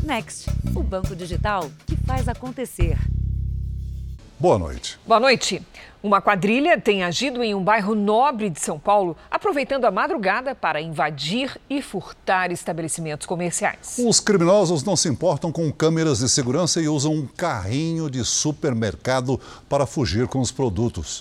Next, o banco digital que faz acontecer. Boa noite. Boa noite. Uma quadrilha tem agido em um bairro nobre de São Paulo, aproveitando a madrugada para invadir e furtar estabelecimentos comerciais. Os criminosos não se importam com câmeras de segurança e usam um carrinho de supermercado para fugir com os produtos.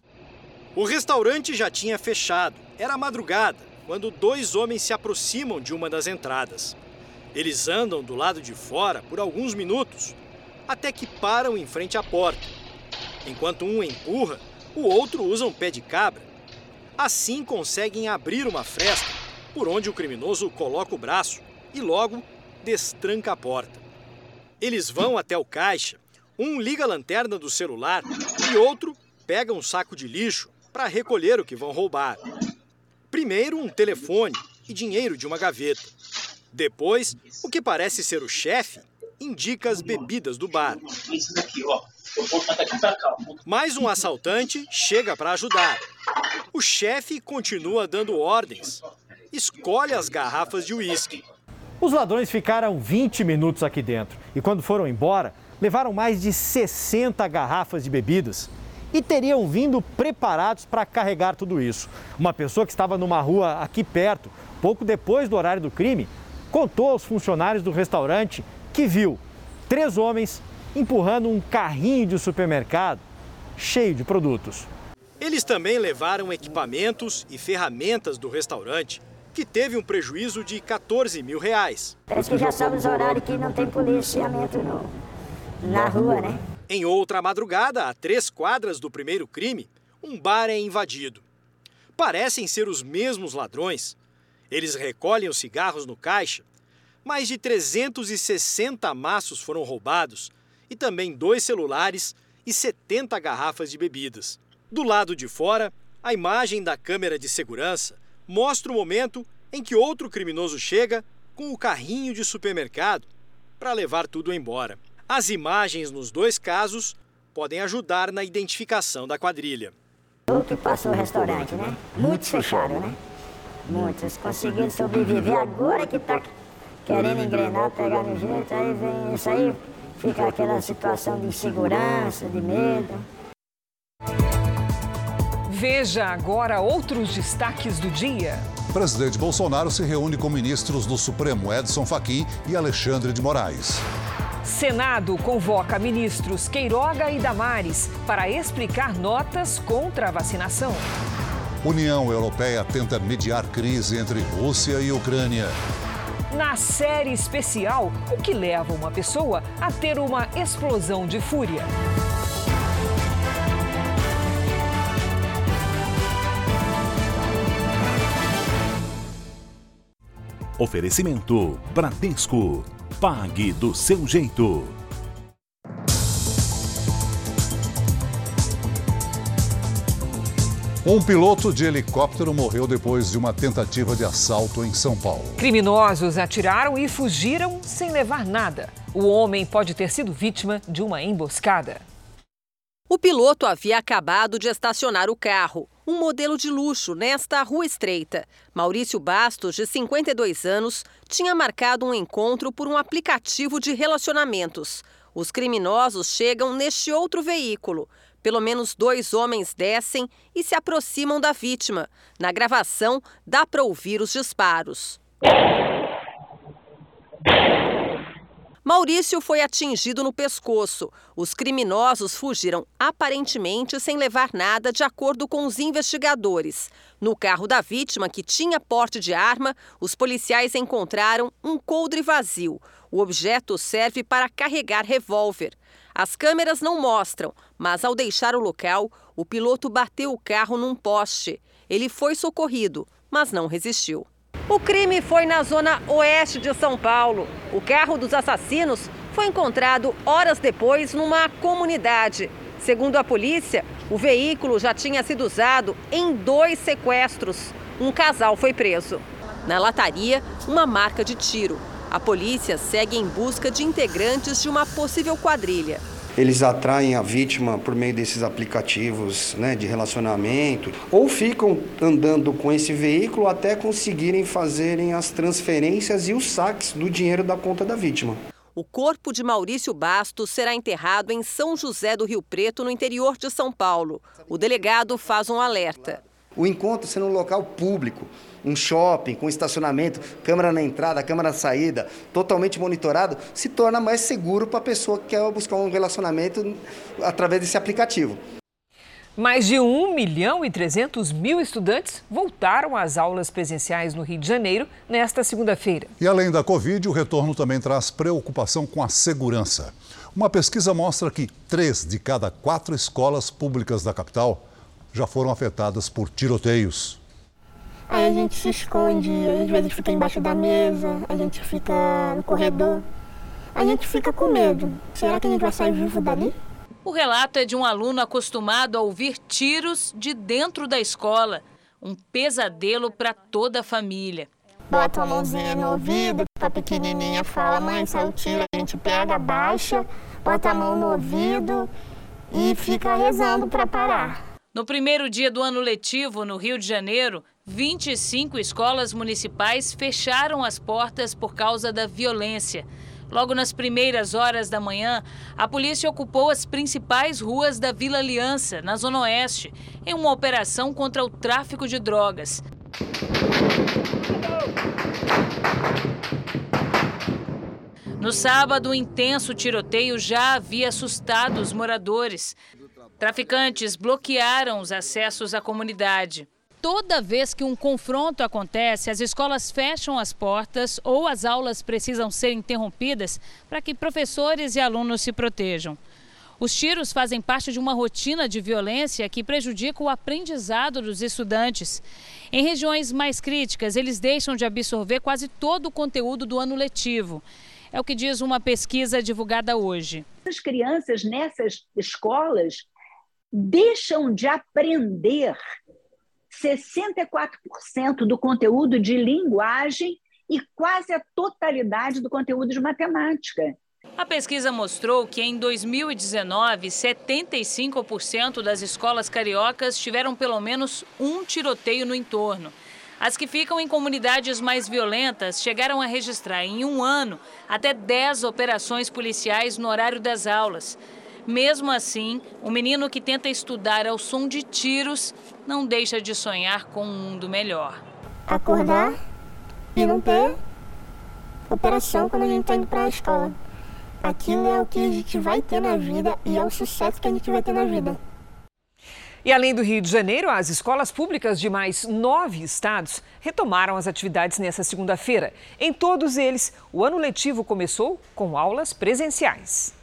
O restaurante já tinha fechado. Era madrugada, quando dois homens se aproximam de uma das entradas. Eles andam do lado de fora por alguns minutos, até que param em frente à porta. Enquanto um empurra, o outro usa um pé de cabra. Assim conseguem abrir uma fresta por onde o criminoso coloca o braço e logo destranca a porta. Eles vão até o caixa, um liga a lanterna do celular e outro pega um saco de lixo para recolher o que vão roubar. Primeiro um telefone e dinheiro de uma gaveta. Depois, o que parece ser o chefe indica as bebidas do bar. Isso daqui, ó. Eu vou botar aqui pra cá. Mais um assaltante chega para ajudar. O chefe continua dando ordens. Escolhe as garrafas de uísque. Os ladrões ficaram 20 minutos aqui dentro e quando foram embora, levaram mais de 60 garrafas de bebidas e teriam vindo preparados para carregar tudo isso. Uma pessoa que estava numa rua aqui perto, pouco depois do horário do crime, contou aos funcionários do restaurante que viu 3 homens empurrando um carrinho de supermercado cheio de produtos. Eles também levaram equipamentos e ferramentas do restaurante, que teve um prejuízo de R$14 mil. Parece que já sabe os horários que não tem policiamento na rua, né? Em outra madrugada, a 3 quadras do primeiro crime, um bar é invadido. Parecem ser os mesmos ladrões. Eles recolhem os cigarros no caixa. Mais de 360 maços foram roubados e também 2 celulares e 70 garrafas de bebidas. Do lado de fora, a imagem da câmera de segurança mostra o momento em que outro criminoso chega com o carrinho de supermercado para levar tudo embora. As imagens nos 2 casos podem ajudar na identificação da quadrilha. O que passou o restaurante, né? Muitos fecharam, né? Muitos conseguiram sobreviver. Agora que tá querendo engrenar, pegar no jeito, aí vem isso aí, fica aquela situação de insegurança, de medo. Veja agora outros destaques do dia. O presidente Bolsonaro se reúne com ministros do Supremo Edson Fachin e Alexandre de Moraes. Senado convoca ministros Queiroga e Damares para explicar notas contra a vacinação. União Europeia tenta mediar crise entre Rússia e Ucrânia. Na série especial, o que leva uma pessoa a ter uma explosão de fúria? Oferecimento Bradesco. Pague do seu jeito. Um piloto de helicóptero morreu depois de uma tentativa de assalto em São Paulo. Criminosos atiraram e fugiram sem levar nada. O homem pode ter sido vítima de uma emboscada. O piloto havia acabado de estacionar o carro, um modelo de luxo, nesta rua estreita. Maurício Bastos, de 52 anos, tinha marcado um encontro por um aplicativo de relacionamentos. Os criminosos chegam neste outro veículo. Pelo menos 2 homens descem e se aproximam da vítima. Na gravação, dá para ouvir os disparos. Maurício foi atingido no pescoço. Os criminosos fugiram aparentemente sem levar nada, de acordo com os investigadores. No carro da vítima, que tinha porte de arma, os policiais encontraram um coldre vazio. O objeto serve para carregar revólver. As câmeras não mostram, mas ao deixar o local, o piloto bateu o carro num poste. Ele foi socorrido, mas não resistiu. O crime foi na zona oeste de São Paulo. O carro dos assassinos foi encontrado horas depois numa comunidade. Segundo a polícia, o veículo já tinha sido usado em 2 sequestros. Um casal foi preso. Na lataria, uma marca de tiro. A polícia segue em busca de integrantes de uma possível quadrilha. Eles atraem a vítima por meio desses aplicativos, né, de relacionamento, ou ficam andando com esse veículo até conseguirem fazerem as transferências e os saques do dinheiro da conta da vítima. O corpo de Maurício Bastos será enterrado em São José do Rio Preto, no interior de São Paulo. O delegado faz um alerta. O encontro sendo um local público, um shopping, com estacionamento, câmera na entrada, câmera na saída, totalmente monitorado, se torna mais seguro para a pessoa que quer buscar um relacionamento através desse aplicativo. Mais de 1.300.000 estudantes voltaram às aulas presenciais no Rio de Janeiro nesta segunda-feira. E além da Covid, o retorno também traz preocupação com a segurança. Uma pesquisa mostra que 3 de cada 4 escolas públicas da capital já foram afetadas por tiroteios. Aí a gente se esconde, às vezes fica embaixo da mesa, a gente fica no corredor, a gente fica com medo. Será que a gente vai sair vivo dali? O relato é de um aluno acostumado a ouvir tiros de dentro da escola. Um pesadelo para toda a família. Bota a mãozinha no ouvido, a pequenininha fala, mãe, saiu tiro, a gente pega, baixa, bota a mão no ouvido e fica rezando para parar. No primeiro dia do ano letivo, no Rio de Janeiro, 25 escolas municipais fecharam as portas por causa da violência. Logo nas primeiras horas da manhã, a polícia ocupou as principais ruas da Vila Aliança, na Zona Oeste, em uma operação contra o tráfico de drogas. No sábado, um intenso tiroteio já havia assustado os moradores. Traficantes bloquearam os acessos à comunidade. Toda vez que um confronto acontece, as escolas fecham as portas ou as aulas precisam ser interrompidas para que professores e alunos se protejam. Os tiros fazem parte de uma rotina de violência que prejudica o aprendizado dos estudantes. Em regiões mais críticas, eles deixam de absorver quase todo o conteúdo do ano letivo. É o que diz uma pesquisa divulgada hoje. As crianças nessas escolas deixam de aprender 64% do conteúdo de linguagem e quase a totalidade do conteúdo de matemática. A pesquisa mostrou que em 2019, 75% das escolas cariocas tiveram pelo menos um tiroteio no entorno. As que ficam em comunidades mais violentas chegaram a registrar em um ano até 10 operações policiais no horário das aulas. Mesmo assim, o menino que tenta estudar ao som de tiros não deixa de sonhar com um mundo melhor. Acordar e não ter operação quando a gente está indo para a escola. Aquilo é o que a gente vai ter na vida e é o sucesso que a gente vai ter na vida. E além do Rio de Janeiro, as escolas públicas de mais 9 estados retomaram as atividades nesta segunda-feira. Em todos eles, o ano letivo começou com aulas presenciais.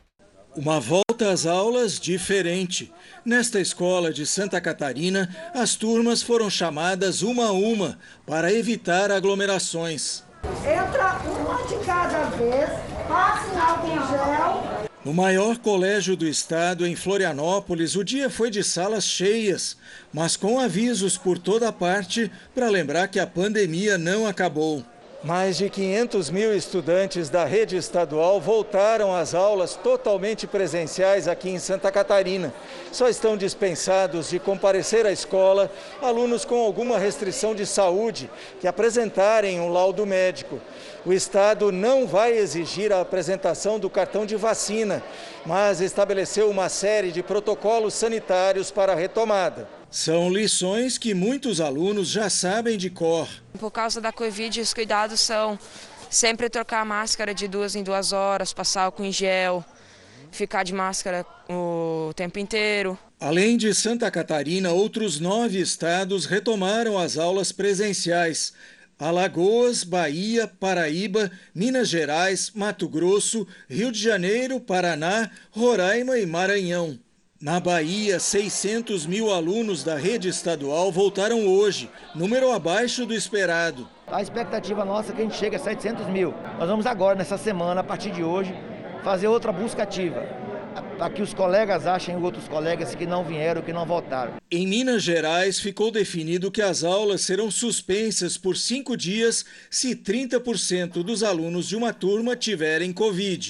Uma volta às aulas diferente. Nesta escola de Santa Catarina, as turmas foram chamadas uma a uma para evitar aglomerações. Entra uma de cada vez, passa em álcool em gel. No maior colégio do estado, em Florianópolis, o dia foi de salas cheias, mas com avisos por toda parte para lembrar que a pandemia não acabou. Mais de 500 mil estudantes da rede estadual voltaram às aulas totalmente presenciais aqui em Santa Catarina. Só estão dispensados de comparecer à escola alunos com alguma restrição de saúde que apresentarem um laudo médico. O estado não vai exigir a apresentação do cartão de vacina, mas estabeleceu uma série de protocolos sanitários para a retomada. São lições que muitos alunos já sabem de cor. Por causa da Covid, os cuidados são sempre trocar a máscara de 2 em 2 horas, passar álcool em gel, ficar de máscara o tempo inteiro. Além de Santa Catarina, outros 9 estados retomaram as aulas presenciais. Alagoas, Bahia, Paraíba, Minas Gerais, Mato Grosso, Rio de Janeiro, Paraná, Roraima e Maranhão. Na Bahia, 600 mil alunos da rede estadual voltaram hoje, número abaixo do esperado. A expectativa nossa é que a gente chegue a 700 mil. Nós vamos agora, nessa semana, a partir de hoje, fazer outra busca ativa, para que os colegas achem outros colegas que não vieram, que não voltaram. Em Minas Gerais, ficou definido que as aulas serão suspensas por 5 dias se 30% dos alunos de uma turma tiverem Covid.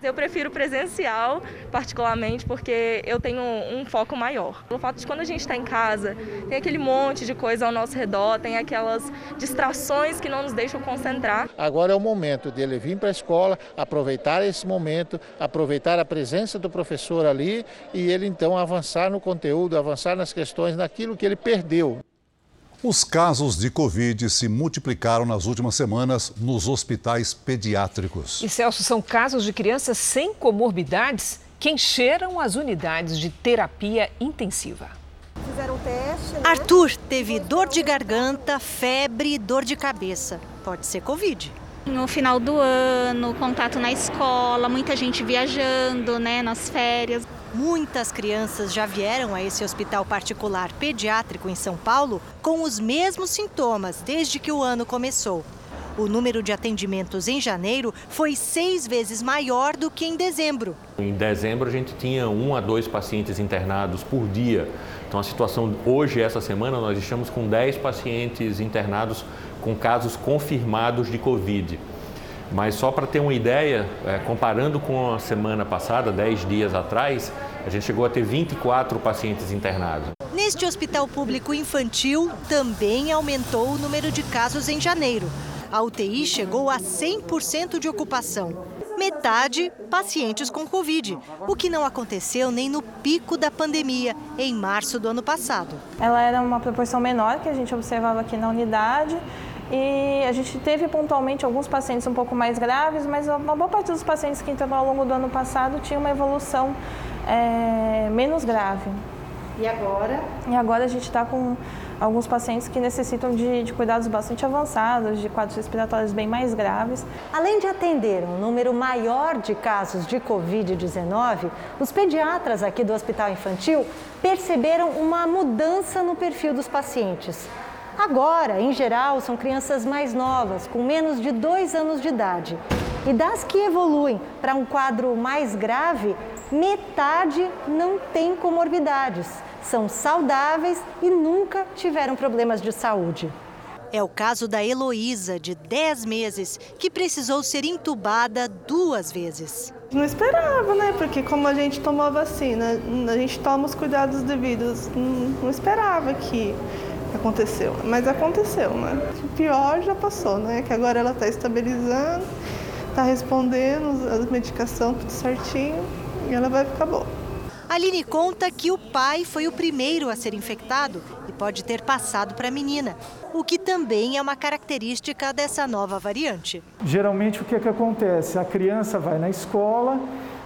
Eu prefiro presencial, particularmente, porque eu tenho um foco maior. O fato de quando a gente está em casa, tem aquele monte de coisa ao nosso redor, tem aquelas distrações que não nos deixam concentrar. Agora é o momento dele vir para a escola, aproveitar esse momento, aproveitar a presença do professor ali e ele então avançar no conteúdo, avançar nas questões, naquilo que ele perdeu. Os casos de Covid se multiplicaram nas últimas semanas nos hospitais pediátricos. E, Celso, são casos de crianças sem comorbidades que encheram as unidades de terapia intensiva. Fizeram teste, né? Arthur teve dor de garganta, febre e dor de cabeça. Pode ser Covid. No final do ano, contato na escola, muita gente viajando, né, nas férias. Muitas crianças já vieram a esse hospital particular pediátrico em São Paulo com os mesmos sintomas desde que o ano começou. O número de atendimentos em janeiro foi 6 vezes maior do que em dezembro. Em dezembro a gente tinha 1 a 2 pacientes internados por dia. Então a situação hoje, essa semana, nós estamos com 10 pacientes internados com casos confirmados de Covid. Mas só para ter uma ideia, comparando com a semana passada, 10 dias atrás, a gente chegou a ter 24 pacientes internados. Neste hospital público infantil, também aumentou o número de casos em janeiro. A UTI chegou a 100% de ocupação. Metade, pacientes com Covid, o que não aconteceu nem no pico da pandemia, em março do ano passado. Ela era uma proporção menor que a gente observava aqui na unidade. E a gente teve pontualmente alguns pacientes um pouco mais graves, mas uma boa parte dos pacientes que entraram ao longo do ano passado tinha uma evolução menos grave. E agora? E agora a gente está com alguns pacientes que necessitam de cuidados bastante avançados, de quadros respiratórios bem mais graves. Além de atender um número maior de casos de Covid-19, os pediatras aqui do Hospital Infantil perceberam uma mudança no perfil dos pacientes. Agora, em geral, são crianças mais novas, com menos de 2 anos de idade. E das que evoluem para um quadro mais grave, metade não tem comorbidades. São saudáveis e nunca tiveram problemas de saúde. É o caso da Heloísa, de 10 meses, que precisou ser entubada 2 vezes. Não esperava, né? Porque como a gente tomou a vacina, a gente toma os cuidados devidos. Não esperava que aconteceu, mas aconteceu, né? O pior já passou, né? Que agora ela está estabilizando, está respondendo a medicação tudo certinho e ela vai ficar boa. A Aline conta que o pai foi o primeiro a ser infectado e pode ter passado para a menina, o que também é uma característica dessa nova variante. Geralmente o que acontece? A criança vai na escola,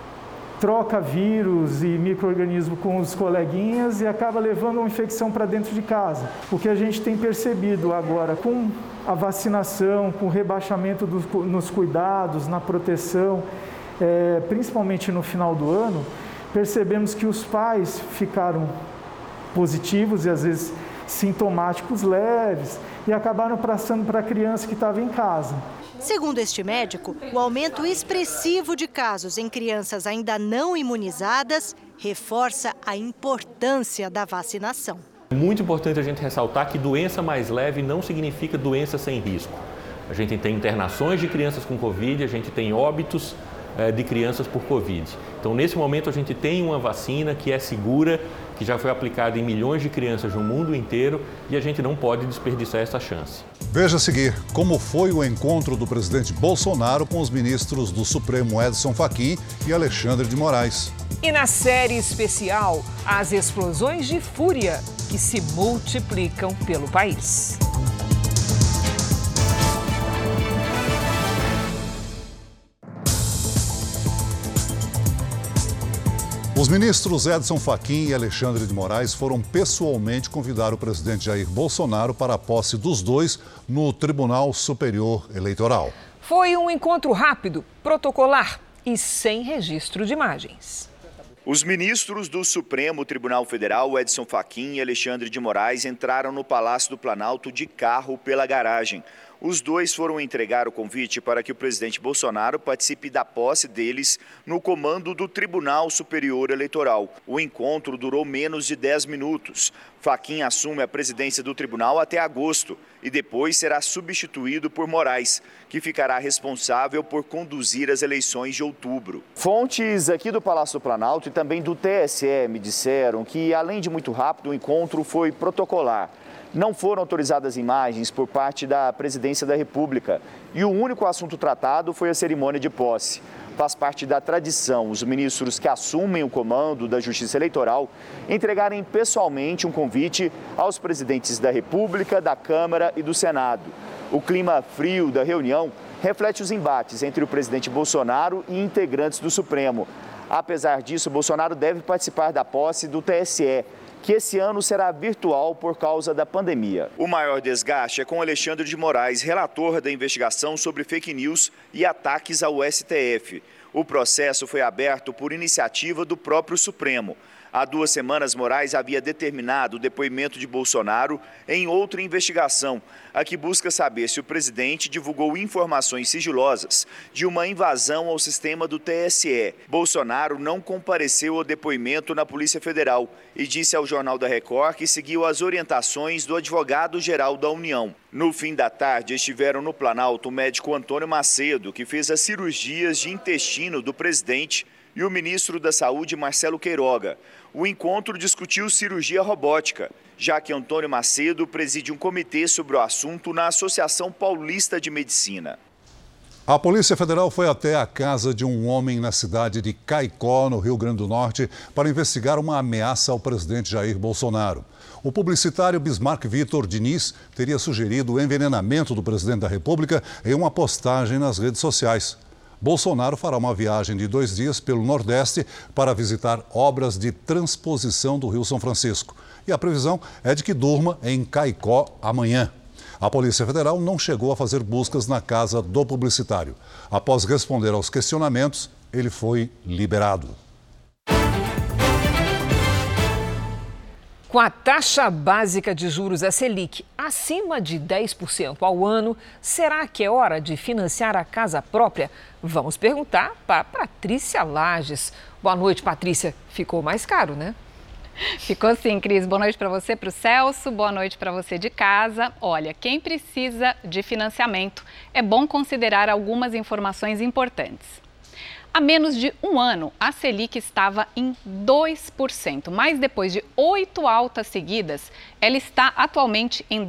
troca vírus e micro-organismo com os coleguinhas e acaba levando uma infecção para dentro de casa. O que a gente tem percebido agora com a vacinação, com o rebaixamento nos cuidados, na proteção, principalmente no final do ano, percebemos que os pais ficaram positivos e às vezes sintomáticos leves e acabaram passando para a criança que estava em casa. Segundo este médico, o aumento expressivo de casos em crianças ainda não imunizadas reforça a importância da vacinação. É muito importante a gente ressaltar que doença mais leve não significa doença sem risco. A gente tem internações de crianças com Covid, a gente tem óbitos de crianças por Covid. Então, nesse momento, a gente tem uma vacina que é segura, que já foi aplicada em milhões de crianças no mundo inteiro e a gente não pode desperdiçar essa chance. Veja a seguir como foi o encontro do presidente Bolsonaro com os ministros do Supremo Edson Fachin e Alexandre de Moraes. E na série especial, as explosões de fúria que se multiplicam pelo país. Os ministros Edson Fachin e Alexandre de Moraes foram pessoalmente convidar o presidente Jair Bolsonaro para a posse dos dois no Tribunal Superior Eleitoral. Foi um encontro rápido, protocolar e sem registro de imagens. Os ministros do Supremo Tribunal Federal, Edson Fachin e Alexandre de Moraes, entraram no Palácio do Planalto de carro pela garagem. Os dois foram entregar o convite para que o presidente Bolsonaro participe da posse deles no comando do Tribunal Superior Eleitoral. O encontro durou menos de 10 minutos. Fachin assume a presidência do tribunal até agosto e depois será substituído por Moraes, que ficará responsável por conduzir as eleições de outubro. Fontes aqui do Palácio do Planalto e também do TSE me disseram que, além de muito rápido, o encontro foi protocolar. Não foram autorizadas imagens por parte da Presidência da República e o único assunto tratado foi a cerimônia de posse. Faz parte da tradição os ministros que assumem o comando da Justiça Eleitoral entregarem pessoalmente um convite aos presidentes da República, da Câmara e do Senado. O clima frio da reunião reflete os embates entre o presidente Bolsonaro e integrantes do Supremo. Apesar disso, Bolsonaro deve participar da posse do TSE, que esse ano será virtual por causa da pandemia. O maior desgaste é com Alexandre de Moraes, relator da investigação sobre fake news e ataques ao STF. O processo foi aberto por iniciativa do próprio Supremo. Há 2 semanas, Moraes havia determinado o depoimento de Bolsonaro em outra investigação, a que busca saber se o presidente divulgou informações sigilosas de uma invasão ao sistema do TSE. Bolsonaro não compareceu ao depoimento na Polícia Federal e disse ao Jornal da Record que seguiu as orientações do advogado-geral da União. No fim da tarde, estiveram no Planalto o médico Antônio Macedo, que fez as cirurgias de intestino do presidente, e o ministro da Saúde, Marcelo Queiroga. O encontro discutiu cirurgia robótica, já que Antônio Macedo preside um comitê sobre o assunto na Associação Paulista de Medicina. A Polícia Federal foi até a casa de um homem na cidade de Caicó, no Rio Grande do Norte, para investigar uma ameaça ao presidente Jair Bolsonaro. O publicitário Bismarck Vitor Diniz teria sugerido o envenenamento do presidente da República em uma postagem nas redes sociais. Bolsonaro fará uma viagem de 2 dias pelo Nordeste para visitar obras de transposição do Rio São Francisco. E a previsão é de que durma em Caicó amanhã. A Polícia Federal não chegou a fazer buscas na casa do publicitário. Após responder aos questionamentos, ele foi liberado. Com a taxa básica de juros, a Selic, acima de 10% ao ano, será que é hora de financiar a casa própria? Vamos perguntar para Patrícia Lages. Boa noite, Patrícia. Ficou mais caro, né? Ficou sim, Cris. Boa noite para você, para o Celso. Boa noite para você de casa. Olha, quem precisa de financiamento, é bom considerar algumas informações importantes. Há menos de 1 ano, a Selic estava em 2%, mas depois de 8 altas seguidas, ela está atualmente em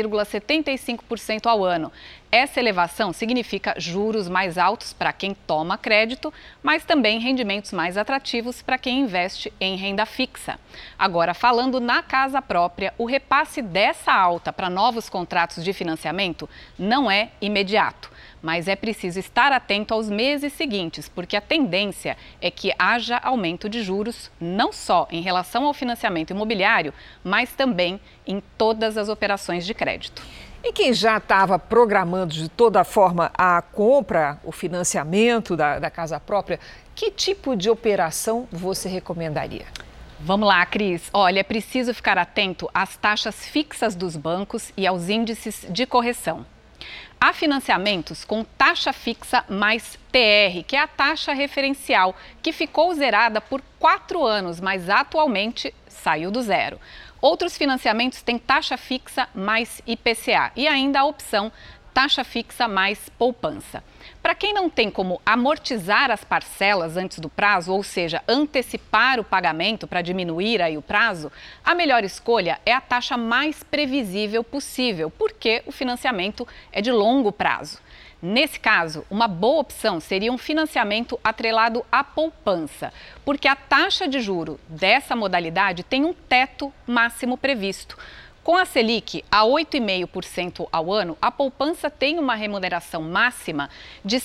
10,75% ao ano. Essa elevação significa juros mais altos para quem toma crédito, mas também rendimentos mais atrativos para quem investe em renda fixa. Agora, falando na casa própria, o repasse dessa alta para novos contratos de financiamento não é imediato. Mas é preciso estar atento aos meses seguintes, porque a tendência é que haja aumento de juros, não só em relação ao financiamento imobiliário, mas também em todas as operações de crédito. E quem já estava programando de toda forma a compra, o financiamento da casa própria, que tipo de operação você recomendaria? Vamos lá, Cris. Olha, é preciso ficar atento às taxas fixas dos bancos e aos índices de correção. Há financiamentos com taxa fixa mais TR, que é a taxa referencial, que ficou zerada por 4 anos, mas atualmente saiu do zero. Outros financiamentos têm taxa fixa mais IPCA e ainda a opção taxa fixa mais poupança. Para quem não tem como amortizar as parcelas antes do prazo, ou seja, antecipar o pagamento para diminuir aí o prazo, a melhor escolha é a taxa mais previsível possível, porque o financiamento é de longo prazo. Nesse caso, uma boa opção seria um financiamento atrelado à poupança, porque a taxa de juro dessa modalidade tem um teto máximo previsto. Com a Selic a 8,5% ao ano, a poupança tem uma remuneração máxima de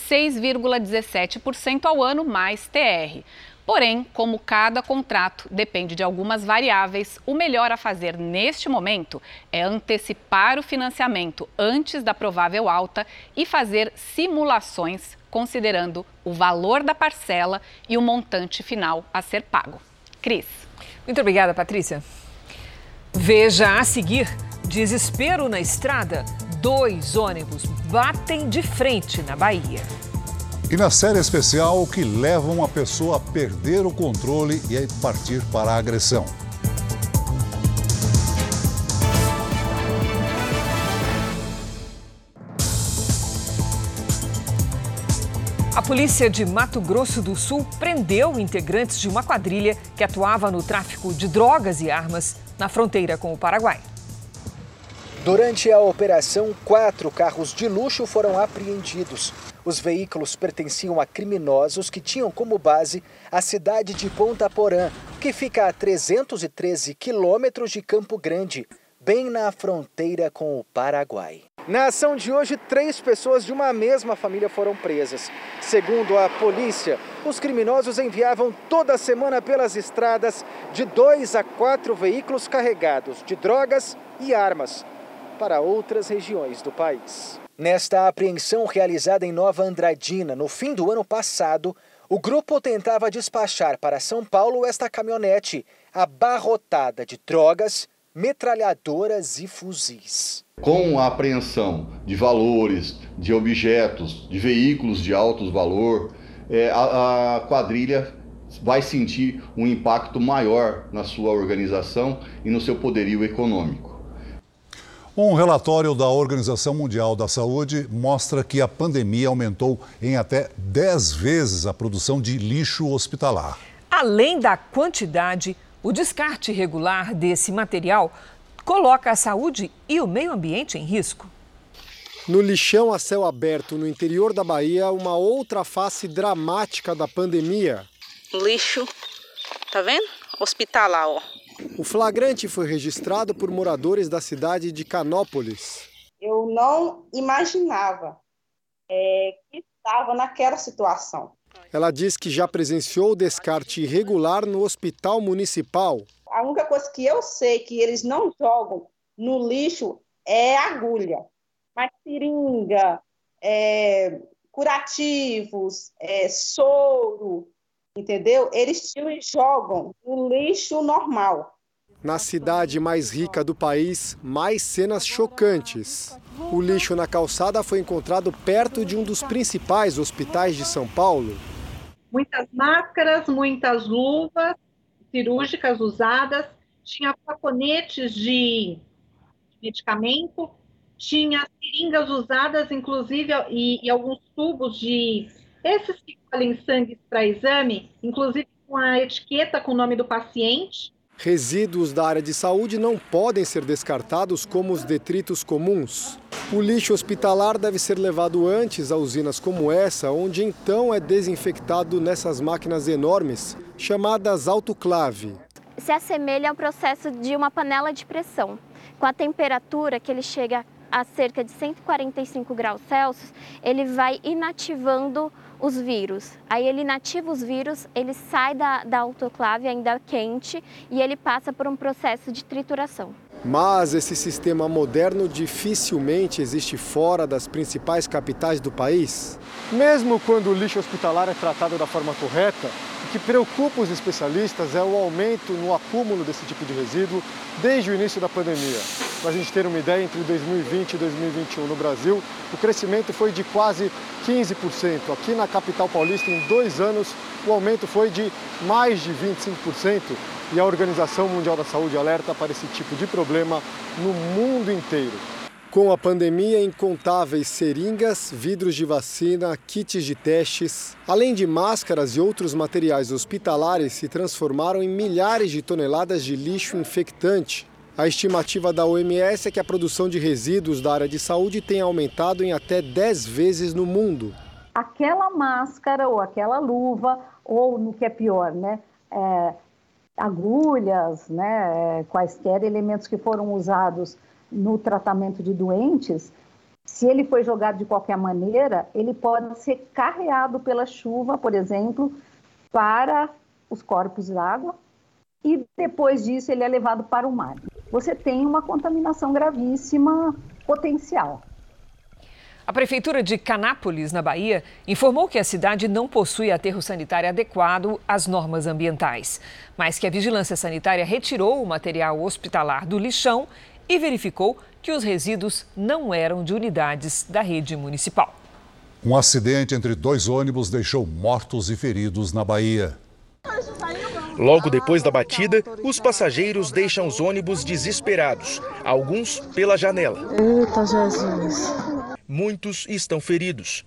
6,17% ao ano mais TR. Porém, como cada contrato depende de algumas variáveis, o melhor a fazer neste momento é antecipar o financiamento antes da provável alta e fazer simulações considerando o valor da parcela e o montante final a ser pago. Cris. Muito obrigada, Patrícia. Veja a seguir: desespero na estrada. 2 ônibus batem de frente na Bahia. E na série especial, o que leva uma pessoa a perder o controle e a partir para a agressão. A polícia de Mato Grosso do Sul prendeu integrantes de uma quadrilha que atuava no tráfico de drogas e armas na fronteira com o Paraguai. Durante a operação, 4 carros de luxo foram apreendidos. Os veículos pertenciam a criminosos que tinham como base a cidade de Ponta Porã, que fica a 313 quilômetros de Campo Grande, bem na fronteira com o Paraguai. Na ação de hoje, 3 pessoas de uma mesma família foram presas. Segundo a polícia, os criminosos enviavam toda semana pelas estradas de 2 a 4 veículos carregados de drogas e armas para outras regiões do país. Nesta apreensão realizada em Nova Andradina, no fim do ano passado, o grupo tentava despachar para São Paulo esta caminhonete abarrotada de drogas, metralhadoras e fuzis. Com a apreensão de valores, de objetos, de veículos de alto valor, a quadrilha vai sentir um impacto maior na sua organização e no seu poderio econômico. Um relatório da Organização Mundial da Saúde mostra que a pandemia aumentou em até 10 vezes a produção de lixo hospitalar. Além da quantidade, o descarte irregular desse material coloca a saúde e o meio ambiente em risco. No lixão a céu aberto no interior da Bahia, uma outra face dramática da pandemia. Lixo, tá vendo? Hospitalar, ó. O flagrante foi registrado por moradores da cidade de Canópolis. Eu não imaginava que estava naquela situação. Ela diz que já presenciou o descarte irregular no hospital municipal. A única coisa que eu sei que eles não jogam no lixo é agulha. Mas seringa, curativos, soro, entendeu? Eles jogam no lixo normal. Na cidade mais rica do país, mais cenas chocantes. O lixo na calçada foi encontrado perto de um dos principais hospitais de São Paulo. Muitas máscaras, muitas luvas cirúrgicas usadas, tinha flaconetes de medicamento, tinha seringas usadas, inclusive, e alguns tubos de esses que colhem sangue para exame, inclusive com a etiqueta com o nome do paciente. Resíduos da área de saúde não podem ser descartados como os detritos comuns. O lixo hospitalar deve ser levado antes a usinas como essa, onde então é desinfectado nessas máquinas enormes, chamadas autoclave. Se assemelha ao processo de uma panela de pressão. Com a temperatura que ele chega a cerca de 145 graus Celsius, ele vai inativando os vírus. Aí ele inativa os vírus, ele sai da autoclave ainda quente e ele passa por um processo de trituração. Mas esse sistema moderno dificilmente existe fora das principais capitais do país. Mesmo quando o lixo hospitalar é tratado da forma correta, o que preocupa os especialistas é o aumento no acúmulo desse tipo de resíduo desde o início da pandemia. Para a gente ter uma ideia, entre 2020 e 2021 no Brasil, o crescimento foi de quase 15%. Aqui na capital paulista, em 2 anos, o aumento foi de mais de 25%. E a Organização Mundial da Saúde alerta para esse tipo de problema no mundo inteiro. Com a pandemia, incontáveis seringas, vidros de vacina, kits de testes, além de máscaras e outros materiais hospitalares, se transformaram em milhares de toneladas de lixo infectante. A estimativa da OMS é que a produção de resíduos da área de saúde tenha aumentado em até 10 vezes no mundo. Aquela máscara ou aquela luva, ou no que é pior, né? Agulhas, né? Quaisquer elementos que foram usados no tratamento de doentes, se ele foi jogado de qualquer maneira, ele pode ser carreado pela chuva, por exemplo, para os corpos d'água e depois disso ele é levado para o mar. Você tem uma contaminação gravíssima potencial. A Prefeitura de Canápolis, na Bahia, informou que a cidade não possui aterro sanitário adequado às normas ambientais, mas que a Vigilância Sanitária retirou o material hospitalar do lixão e verificou que os resíduos não eram de unidades da rede municipal. Um acidente entre 2 ônibus deixou mortos e feridos na Bahia. Logo depois da batida, os passageiros deixam os ônibus desesperados, alguns pela janela. Eita, Jesus! Muitos estão feridos.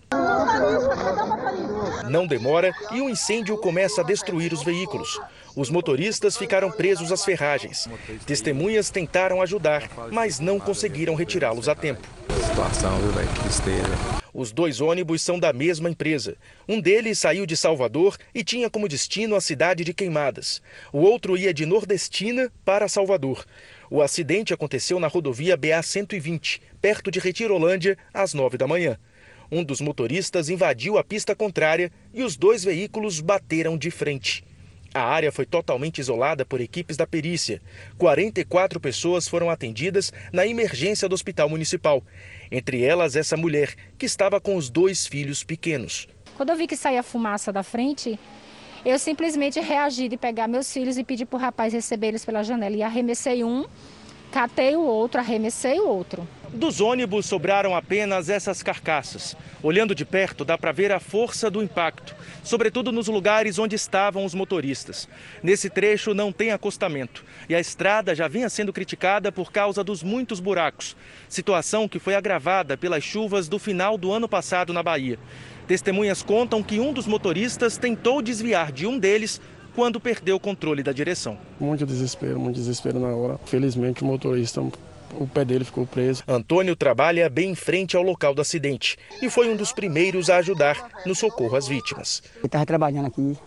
Não demora e o incêndio começa a destruir os veículos. Os motoristas ficaram presos às ferragens. Testemunhas tentaram ajudar, mas não conseguiram retirá-los a tempo. Situação, viu, velho? Tristeza. Os 2 ônibus são da mesma empresa. Um deles saiu de Salvador e tinha como destino a cidade de Queimadas. O outro ia de Nordestina para Salvador. O acidente aconteceu na rodovia BA-120, perto de Retirolândia, às 9 da manhã. Um dos motoristas invadiu a pista contrária e os 2 veículos bateram de frente. A área foi totalmente isolada por equipes da perícia. 44 pessoas foram atendidas na emergência do hospital municipal. Entre elas, essa mulher, que estava com os 2 filhos pequenos. Quando eu vi que saía fumaça da frente, eu simplesmente reagi de pegar meus filhos e pedir para o rapaz receber eles pela janela. E arremessei um, catei o outro, arremessei o outro. Dos ônibus sobraram apenas essas carcaças. Olhando de perto, dá para ver a força do impacto, sobretudo nos lugares onde estavam os motoristas. Nesse trecho não tem acostamento e a estrada já vinha sendo criticada por causa dos muitos buracos, situação que foi agravada pelas chuvas do final do ano passado na Bahia. Testemunhas contam que um dos motoristas tentou desviar de um deles quando perdeu o controle da direção. Muito desespero na hora. Felizmente o motorista, o pé dele ficou preso. Antônio trabalha bem em frente ao local do acidente e foi um dos primeiros a ajudar no socorro às vítimas. Eu estava trabalhando aqui,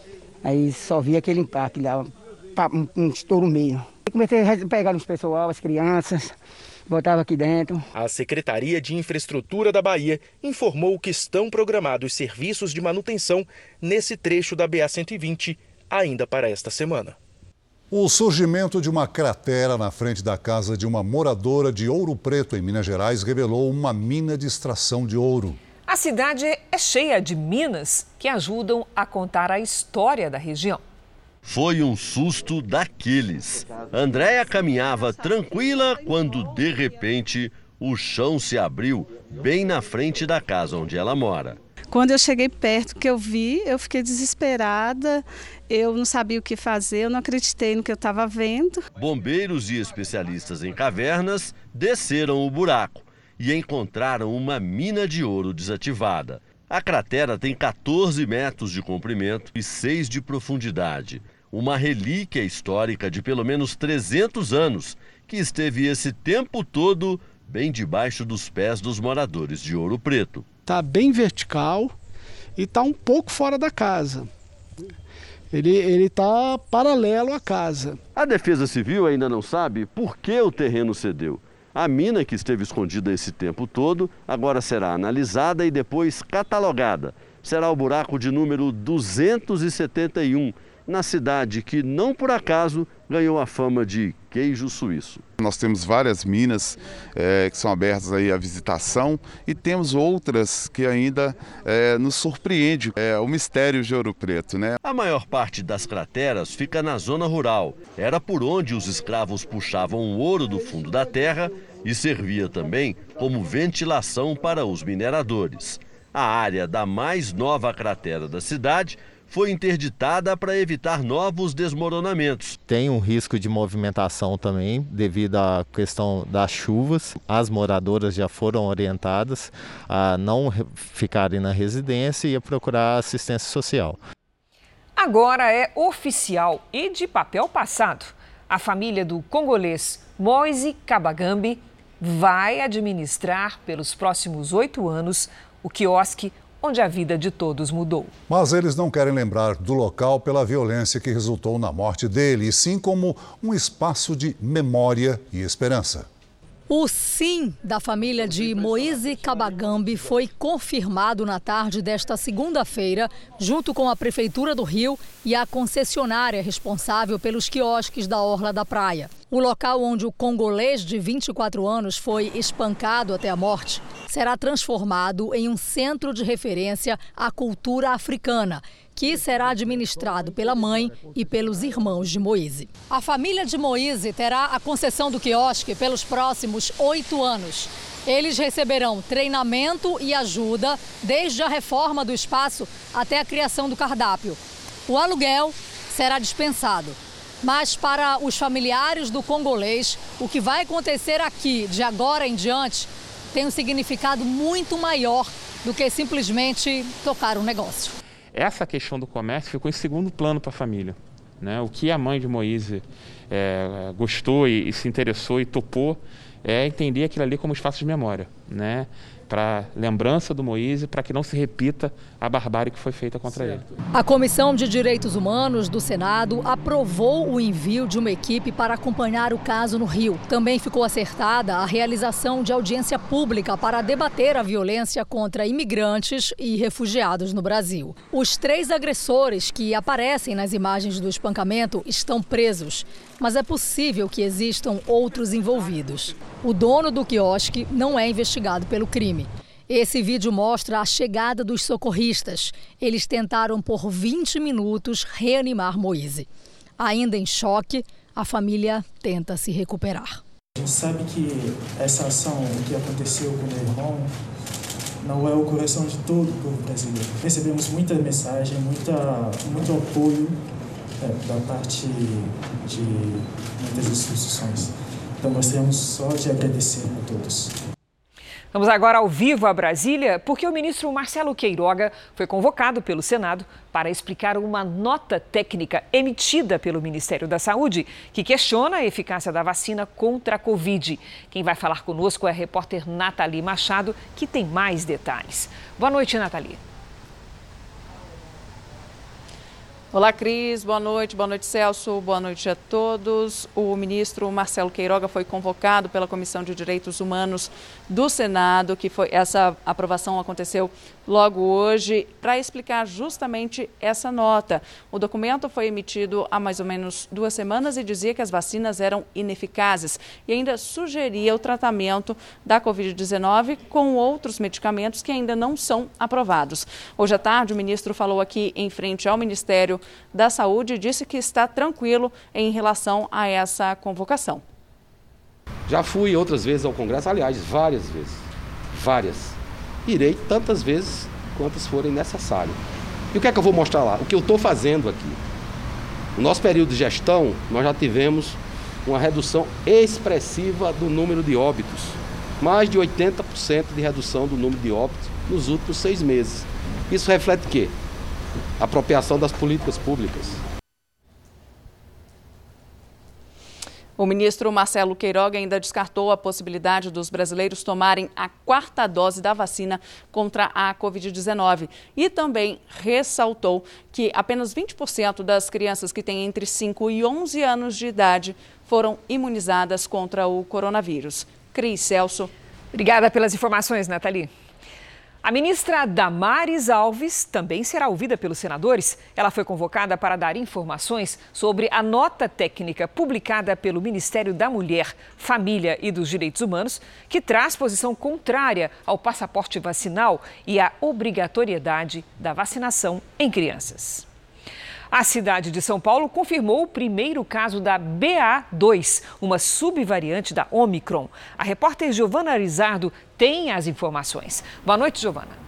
aí só vi aquele impacto lá, um estouro meio. Eu comecei a pegar os pessoal, as crianças, botava aqui dentro. A Secretaria de Infraestrutura da Bahia informou que estão programados serviços de manutenção nesse trecho da BA-120 ainda para esta semana. O surgimento de uma cratera na frente da casa de uma moradora de Ouro Preto, em Minas Gerais, revelou uma mina de extração de ouro. A cidade é cheia de minas que ajudam a contar a história da região. Foi um susto daqueles. Andréia caminhava tranquila quando, de repente, o chão se abriu bem na frente da casa onde ela mora. Quando eu cheguei perto que eu vi, eu fiquei desesperada, eu não sabia o que fazer, eu não acreditei no que eu estava vendo. Bombeiros e especialistas em cavernas desceram o buraco e encontraram uma mina de ouro desativada. A cratera tem 14 metros de comprimento e 6 de profundidade. Uma relíquia histórica de pelo menos 300 anos, que esteve esse tempo todo bem debaixo dos pés dos moradores de Ouro Preto. Está bem vertical e está um pouco fora da casa. Ele está paralelo à casa. A Defesa Civil ainda não sabe por que o terreno cedeu. A mina, que esteve escondida esse tempo todo, agora será analisada e depois catalogada. Será o buraco de número 271, na cidade que, não por acaso, ganhou a fama de queijo suíço. Nós temos várias minas que são abertas aí à visitação e temos outras que ainda nos surpreende. É o mistério de Ouro Preto, né? A maior parte das crateras fica na zona rural. Era por onde os escravos puxavam o ouro do fundo da terra e servia também como ventilação para os mineradores. A área da mais nova cratera da cidade foi interditada para evitar novos desmoronamentos. Tem um risco de movimentação também devido à questão das chuvas. As moradoras já foram orientadas a não ficarem na residência e a procurar assistência social. Agora é oficial e de papel passado. A família do congolês Moise Kabagambi vai administrar pelos próximos 8 anos o quiosque onde a vida de todos mudou. Mas eles não querem lembrar do local pela violência que resultou na morte dele, e sim como um espaço de memória e esperança. O sim da família de Moise Kabagambi foi confirmado na tarde desta segunda-feira, junto com a Prefeitura do Rio e a concessionária responsável pelos quiosques da Orla da Praia. O local onde o congolês de 24 anos foi espancado até a morte será transformado em um centro de referência à cultura africana, que será administrado pela mãe e pelos irmãos de Moise. A família de Moise terá a concessão do quiosque pelos próximos 8 anos. Eles receberão treinamento e ajuda desde a reforma do espaço até a criação do cardápio. O aluguel será dispensado. Mas para os familiares do congolês, o que vai acontecer aqui de agora em diante tem um significado muito maior do que simplesmente tocar um negócio. Essa questão do comércio ficou em segundo plano para a família, né? O que a mãe de Moise gostou e se interessou e topou é entender aquilo ali como espaço de memória, né? Para lembrança do Moise, para que não se repita a barbárie que foi feita contra ele. A Comissão de Direitos Humanos do Senado aprovou o envio de uma equipe para acompanhar o caso no Rio. Também ficou acertada a realização de audiência pública para debater a violência contra imigrantes e refugiados no Brasil. Os 3 agressores que aparecem nas imagens do espancamento estão presos, mas é possível que existam outros envolvidos. O dono do quiosque não é investigado pelo crime. Esse vídeo mostra a chegada dos socorristas. Eles tentaram por 20 minutos reanimar Moise. Ainda em choque, a família tenta se recuperar. A gente sabe que essa ação, o que aconteceu com o meu irmão, não é o coração de todo o povo brasileiro. Recebemos muita mensagem, muito apoio da parte de muitas instituições. Então gostaríamos só de agradecer a todos. Vamos agora ao vivo a Brasília, porque o ministro Marcelo Queiroga foi convocado pelo Senado para explicar uma nota técnica emitida pelo Ministério da Saúde que questiona a eficácia da vacina contra a Covid. Quem vai falar conosco é a repórter Nathalie Machado, que tem mais detalhes. Boa noite, Nathalie. Olá, Cris. Boa noite, Celso. Boa noite a todos. O ministro Marcelo Queiroga foi convocado pela Comissão de Direitos Humanos do Senado, essa aprovação aconteceu logo hoje, para explicar justamente essa nota. O documento foi emitido há mais ou menos 2 semanas e dizia que as vacinas eram ineficazes e ainda sugeria o tratamento da Covid-19 com outros medicamentos que ainda não são aprovados. Hoje à tarde, o ministro falou aqui em frente ao Ministério da Saúde e disse que está tranquilo em relação a essa convocação. Já fui outras vezes ao Congresso, aliás, várias vezes. Irei tantas vezes quantas forem necessárias. E o que é que eu vou mostrar lá? O que eu estou fazendo aqui. No nosso período de gestão, nós já tivemos uma redução expressiva do número de óbitos. Mais de 80% de redução do número de óbitos nos últimos 6 meses. Isso reflete o quê? Apropriação das políticas públicas. O ministro Marcelo Queiroga ainda descartou a possibilidade dos brasileiros tomarem a 4ª dose da vacina contra a Covid-19 e também ressaltou que apenas 20% das crianças que têm entre 5 e 11 anos de idade foram imunizadas contra o coronavírus. Cris, Celso. Obrigada pelas informações, Nathalie. A ministra Damares Alves também será ouvida pelos senadores. Ela foi convocada para dar informações sobre a nota técnica publicada pelo Ministério da Mulher, Família e dos Direitos Humanos, que traz posição contrária ao passaporte vacinal e à obrigatoriedade da vacinação em crianças. A cidade de São Paulo confirmou o primeiro caso da BA2, uma subvariante da Omicron. A repórter Giovana Arizardo tem as informações. Boa noite, Giovana.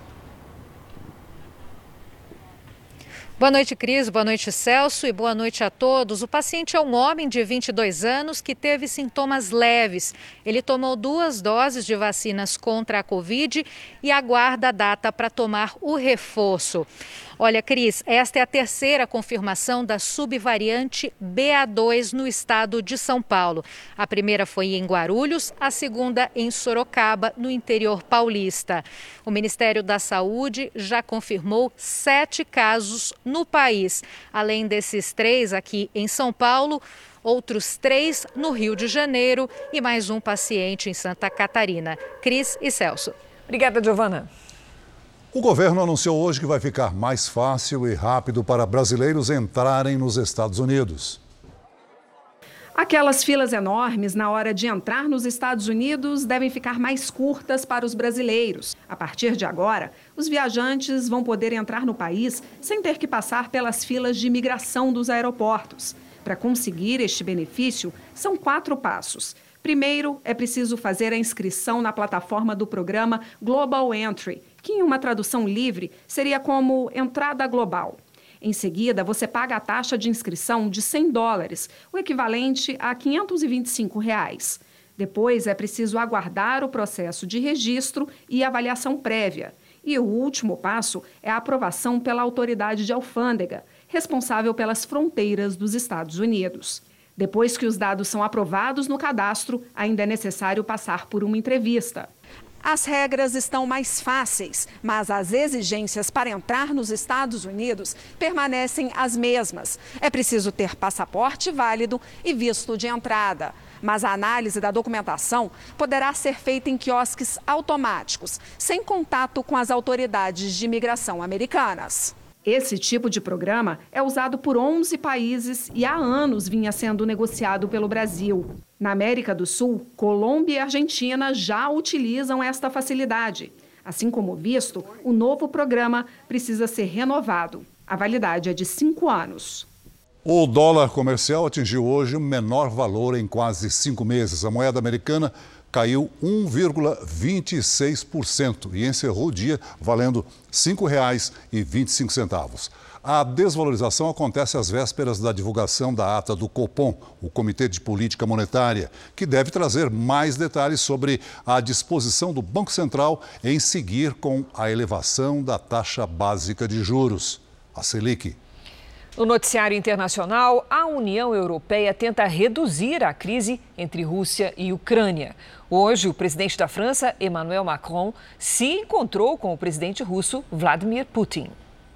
Boa noite, Cris. Boa noite, Celso. E boa noite a todos. O paciente é um homem de 22 anos que teve sintomas leves. Ele tomou 2 doses de vacinas contra a Covid e aguarda a data para tomar o reforço. Olha, Cris, esta é a 3ª confirmação da subvariante BA2 no estado de São Paulo. A primeira foi em Guarulhos, a segunda em Sorocaba, no interior paulista. O Ministério da Saúde já confirmou 7 casos no país. Além desses 3 aqui em São Paulo, outros 3 no Rio de Janeiro e mais um paciente em Santa Catarina. Cris e Celso. Obrigada, Giovana. O governo anunciou hoje que vai ficar mais fácil e rápido para brasileiros entrarem nos Estados Unidos. Aquelas filas enormes na hora de entrar nos Estados Unidos devem ficar mais curtas para os brasileiros. A partir de agora, os viajantes vão poder entrar no país sem ter que passar pelas filas de imigração dos aeroportos. Para conseguir este benefício, são 4 passos. Primeiro, é preciso fazer a inscrição na plataforma do programa Global Entry, que em uma tradução livre seria como entrada global. Em seguida, você paga a taxa de inscrição de $100, o equivalente a R$ 525. Depois, é preciso aguardar o processo de registro e avaliação prévia. E o último passo é a aprovação pela autoridade de alfândega, responsável pelas fronteiras dos Estados Unidos. Depois que os dados são aprovados no cadastro, ainda é necessário passar por uma entrevista. As regras estão mais fáceis, mas as exigências para entrar nos Estados Unidos permanecem as mesmas. É preciso ter passaporte válido e visto de entrada. Mas a análise da documentação poderá ser feita em quiosques automáticos, sem contato com as autoridades de imigração americanas. Esse tipo de programa é usado por 11 países e há anos vinha sendo negociado pelo Brasil. Na América do Sul, Colômbia e Argentina já utilizam esta facilidade. Assim como o visto, o novo programa precisa ser renovado. A validade é de 5 anos. O dólar comercial atingiu hoje o menor valor em quase 5 meses. A moeda americana caiu 1,26% e encerrou o dia valendo R$ 5,25. A desvalorização acontece às vésperas da divulgação da ata do Copom, o Comitê de Política Monetária, que deve trazer mais detalhes sobre a disposição do Banco Central em seguir com a elevação da taxa básica de juros, a Selic. No noticiário internacional, a União Europeia tenta reduzir a crise entre Rússia e Ucrânia. Hoje, o presidente da França, Emmanuel Macron, se encontrou com o presidente russo, Vladimir Putin.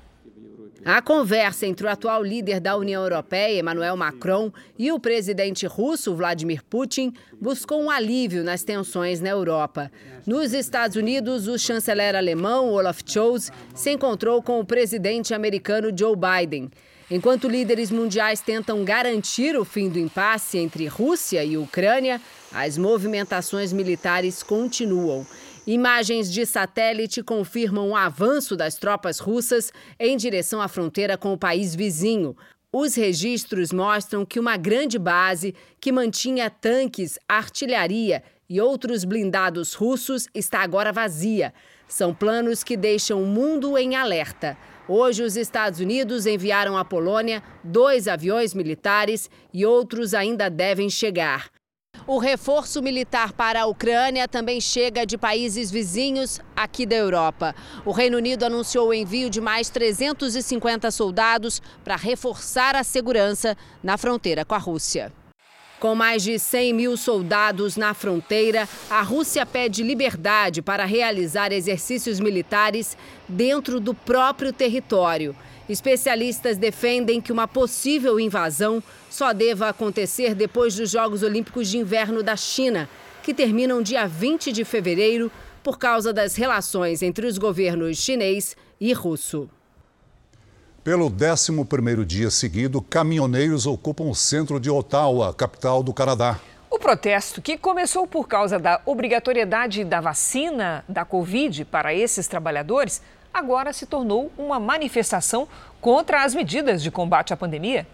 A conversa entre o atual líder da União Europeia, Emmanuel Macron, e o presidente russo, Vladimir Putin, buscou um alívio nas tensões na Europa. Nos Estados Unidos, o chanceler alemão, Olaf Scholz, se encontrou com o presidente americano Joe Biden. Enquanto líderes mundiais tentam garantir o fim do impasse entre Rússia e Ucrânia, as movimentações militares continuam. Imagens de satélite confirmam o avanço das tropas russas em direção à fronteira com o país vizinho. Os registros mostram que uma grande base que mantinha tanques, artilharia e outros blindados russos está agora vazia. São planos que deixam o mundo em alerta. Hoje, os Estados Unidos enviaram à Polônia 2 aviões militares e outros ainda devem chegar. O reforço militar para a Ucrânia também chega de países vizinhos aqui da Europa. O Reino Unido anunciou o envio de mais 350 soldados para reforçar a segurança na fronteira com a Rússia. Com mais de 100 mil soldados na fronteira, a Rússia pede liberdade para realizar exercícios militares dentro do próprio território. Especialistas defendem que uma possível invasão só deva acontecer depois dos Jogos Olímpicos de Inverno da China, que terminam dia 20 de fevereiro por causa das relações entre os governos chinês e russo. Pelo 11º dia seguido, caminhoneiros ocupam o centro de Ottawa, capital do Canadá. O protesto, que começou por causa da obrigatoriedade da vacina da Covid para esses trabalhadores, agora se tornou uma manifestação contra as medidas de combate à pandemia.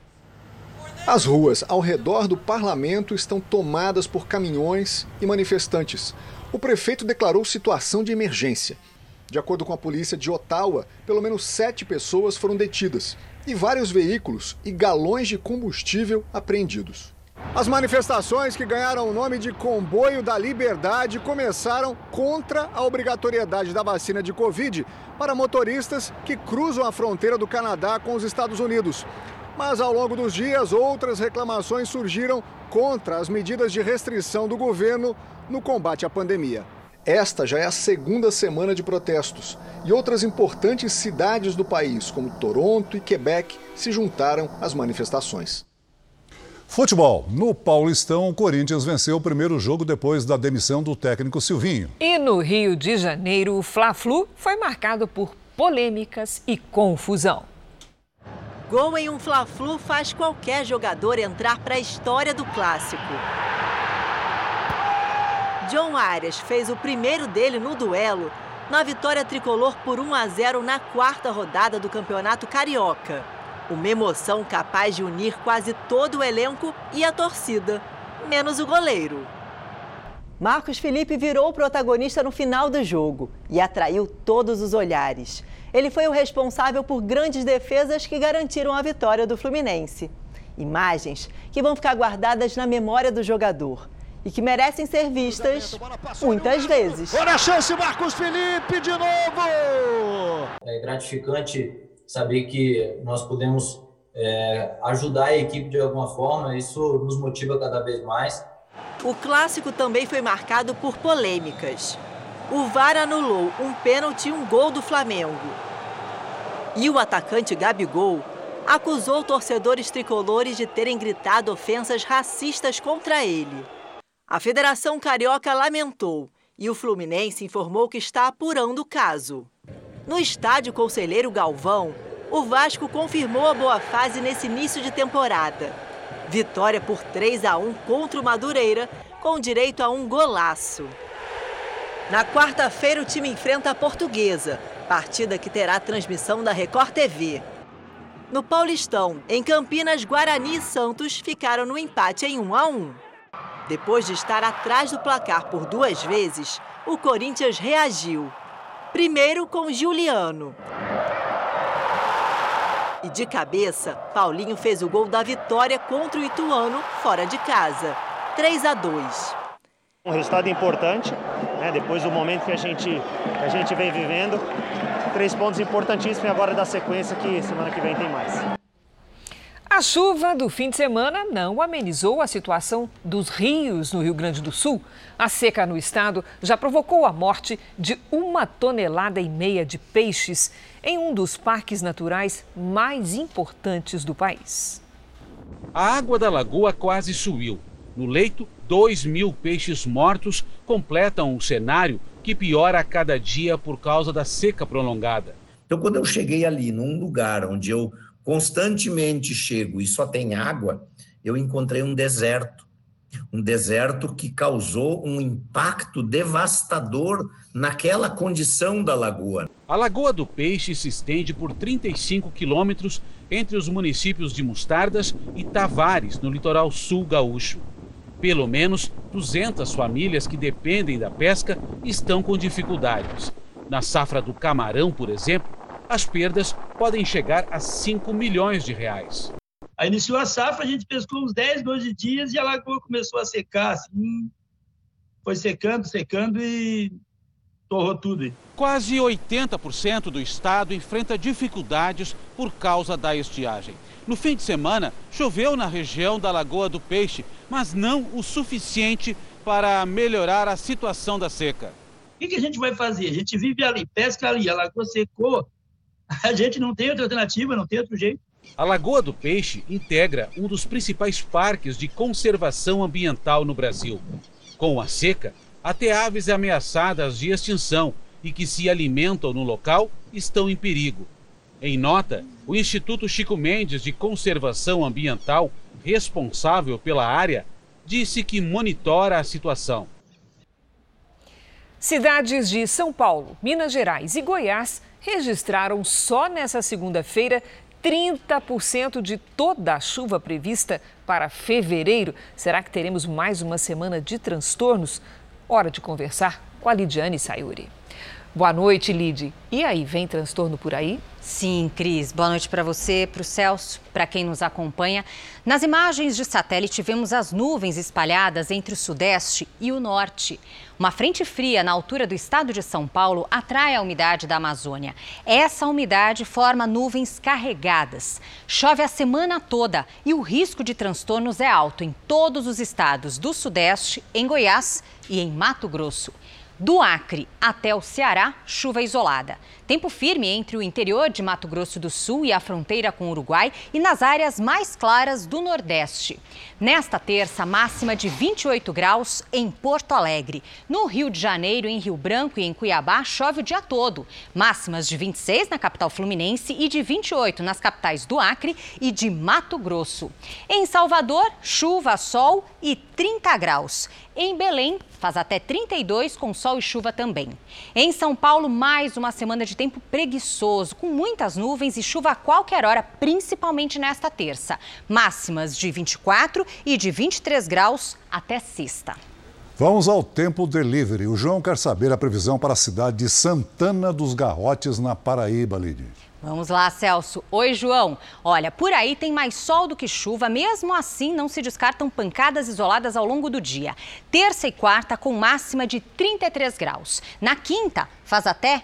As ruas ao redor do parlamento estão tomadas por caminhões e manifestantes. O prefeito declarou situação de emergência. De acordo com a polícia de Ottawa, pelo menos 7 pessoas foram detidas e vários veículos e galões de combustível apreendidos. As manifestações, que ganharam o nome de Comboio da Liberdade, começaram contra a obrigatoriedade da vacina de Covid para motoristas que cruzam a fronteira do Canadá com os Estados Unidos. Mas ao longo dos dias, outras reclamações surgiram contra as medidas de restrição do governo no combate à pandemia. Esta já é a 2ª semana de protestos e outras importantes cidades do país, como Toronto e Quebec, se juntaram às manifestações. Futebol. No Paulistão, o Corinthians venceu o primeiro jogo depois da demissão do técnico Silvinho. E no Rio de Janeiro, o Fla-Flu foi marcado por polêmicas e confusão. Gol em um Fla-Flu faz qualquer jogador entrar para a história do clássico. John Arias fez o primeiro dele no duelo, na vitória tricolor por 1-0 na 4ª rodada do Campeonato Carioca. Uma emoção capaz de unir quase todo o elenco e a torcida, menos o goleiro. Marcos Felipe virou o protagonista no final do jogo e atraiu todos os olhares. Ele foi o responsável por grandes defesas que garantiram a vitória do Fluminense. Imagens que vão ficar guardadas na memória do jogador e que merecem ser vistas muitas vezes. Olha a chance, Marcos Felipe, de novo! É gratificante saber que nós podemos ajudar a equipe de alguma forma, isso nos motiva cada vez mais. O clássico também foi marcado por polêmicas. O VAR anulou um pênalti e um gol do Flamengo. E o atacante Gabigol acusou torcedores tricolores de terem gritado ofensas racistas contra ele. A Federação Carioca lamentou e o Fluminense informou que está apurando o caso. No estádio Conselheiro Galvão, o Vasco confirmou a boa fase nesse início de temporada. Vitória por 3-1 contra o Madureira, com direito a um golaço. Na quarta-feira, o time enfrenta a Portuguesa, partida que terá transmissão da Record TV. No Paulistão, em Campinas, Guarani e Santos ficaram no empate em 1-1. Depois de estar atrás do placar por 2 vezes, o Corinthians reagiu. Primeiro com Juliano. E de cabeça, Paulinho fez o gol da vitória contra o Ituano, fora de casa. 3-2. Um resultado importante, né? Depois do momento que a gente vem vivendo. 3 pontos importantíssimos e agora da sequência que semana que vem tem mais. A chuva do fim de semana não amenizou a situação dos rios no Rio Grande do Sul. A seca no estado já provocou a morte de 1,5 tonelada de peixes em um dos parques naturais mais importantes do país. A água da lagoa quase subiu. No leito, 2.000 peixes mortos completam um cenário que piora a cada dia por causa da seca prolongada. Então, quando eu cheguei ali, num lugar onde eu constantemente chego e só tem água, eu encontrei um deserto que causou um impacto devastador naquela condição da lagoa. A Lagoa do Peixe se estende por 35 quilômetros entre os municípios de Mostardas e Tavares, no litoral sul gaúcho. Pelo menos 200 famílias que dependem da pesca estão com dificuldades. Na safra do camarão, por exemplo, as perdas podem chegar a 5 milhões de reais. Aí iniciou a safra, a gente pescou uns 10, 12 dias e a lagoa começou a secar. Assim, foi secando e torrou tudo. Quase 80% do estado enfrenta dificuldades por causa da estiagem. No fim de semana, choveu na região da Lagoa do Peixe, mas não o suficiente para melhorar a situação da seca. O que a gente vai fazer? A gente vive ali, pesca ali, a lagoa secou, a gente não tem outra alternativa, não tem outro jeito. A Lagoa do Peixe integra um dos principais parques de conservação ambiental no Brasil. Com a seca, até aves ameaçadas de extinção e que se alimentam no local estão em perigo. Em nota, o Instituto Chico Mendes de Conservação Ambiental, responsável pela área, disse que monitora a situação. Cidades de São Paulo, Minas Gerais e Goiás registraram só nessa segunda-feira 30% de toda a chuva prevista para fevereiro. Será que teremos mais uma semana de transtornos? Hora de conversar com a Lidiane Sayuri. Boa noite, Lid. E aí, vem transtorno por aí? Sim, Cris. Boa noite para você, para o Celso, para quem nos acompanha. Nas imagens de satélite, vemos as nuvens espalhadas entre o sudeste e o norte. Uma frente fria na altura do estado de São Paulo atrai a umidade da Amazônia. Essa umidade forma nuvens carregadas. Chove a semana toda e o risco de transtornos é alto em todos os estados do sudeste, em Goiás e em Mato Grosso. Do Acre até o Ceará, chuva isolada. Tempo firme entre o interior de Mato Grosso do Sul e a fronteira com o Uruguai e nas áreas mais claras do Nordeste. Nesta terça, máxima de 28 graus em Porto Alegre. No Rio de Janeiro, em Rio Branco e em Cuiabá, chove o dia todo. Máximas de 26 na capital fluminense e de 28 nas capitais do Acre e de Mato Grosso. Em Salvador, chuva, sol e 30 graus. Em Belém, faz até 32 com sol e chuva também. Em São Paulo, mais uma semana de tempo preguiçoso, com muitas nuvens e chuva a qualquer hora, principalmente nesta terça. Máximas de 24 e de 23 graus até sexta. Vamos ao Tempo Delivery. O João quer saber a previsão para a cidade de Santana dos Garrotes, na Paraíba, Lidy. Vamos lá, Celso. Oi, João. Olha, por aí tem mais sol do que chuva, mesmo assim não se descartam pancadas isoladas ao longo do dia. Terça e quarta com máxima de 33 graus. Na quinta, faz até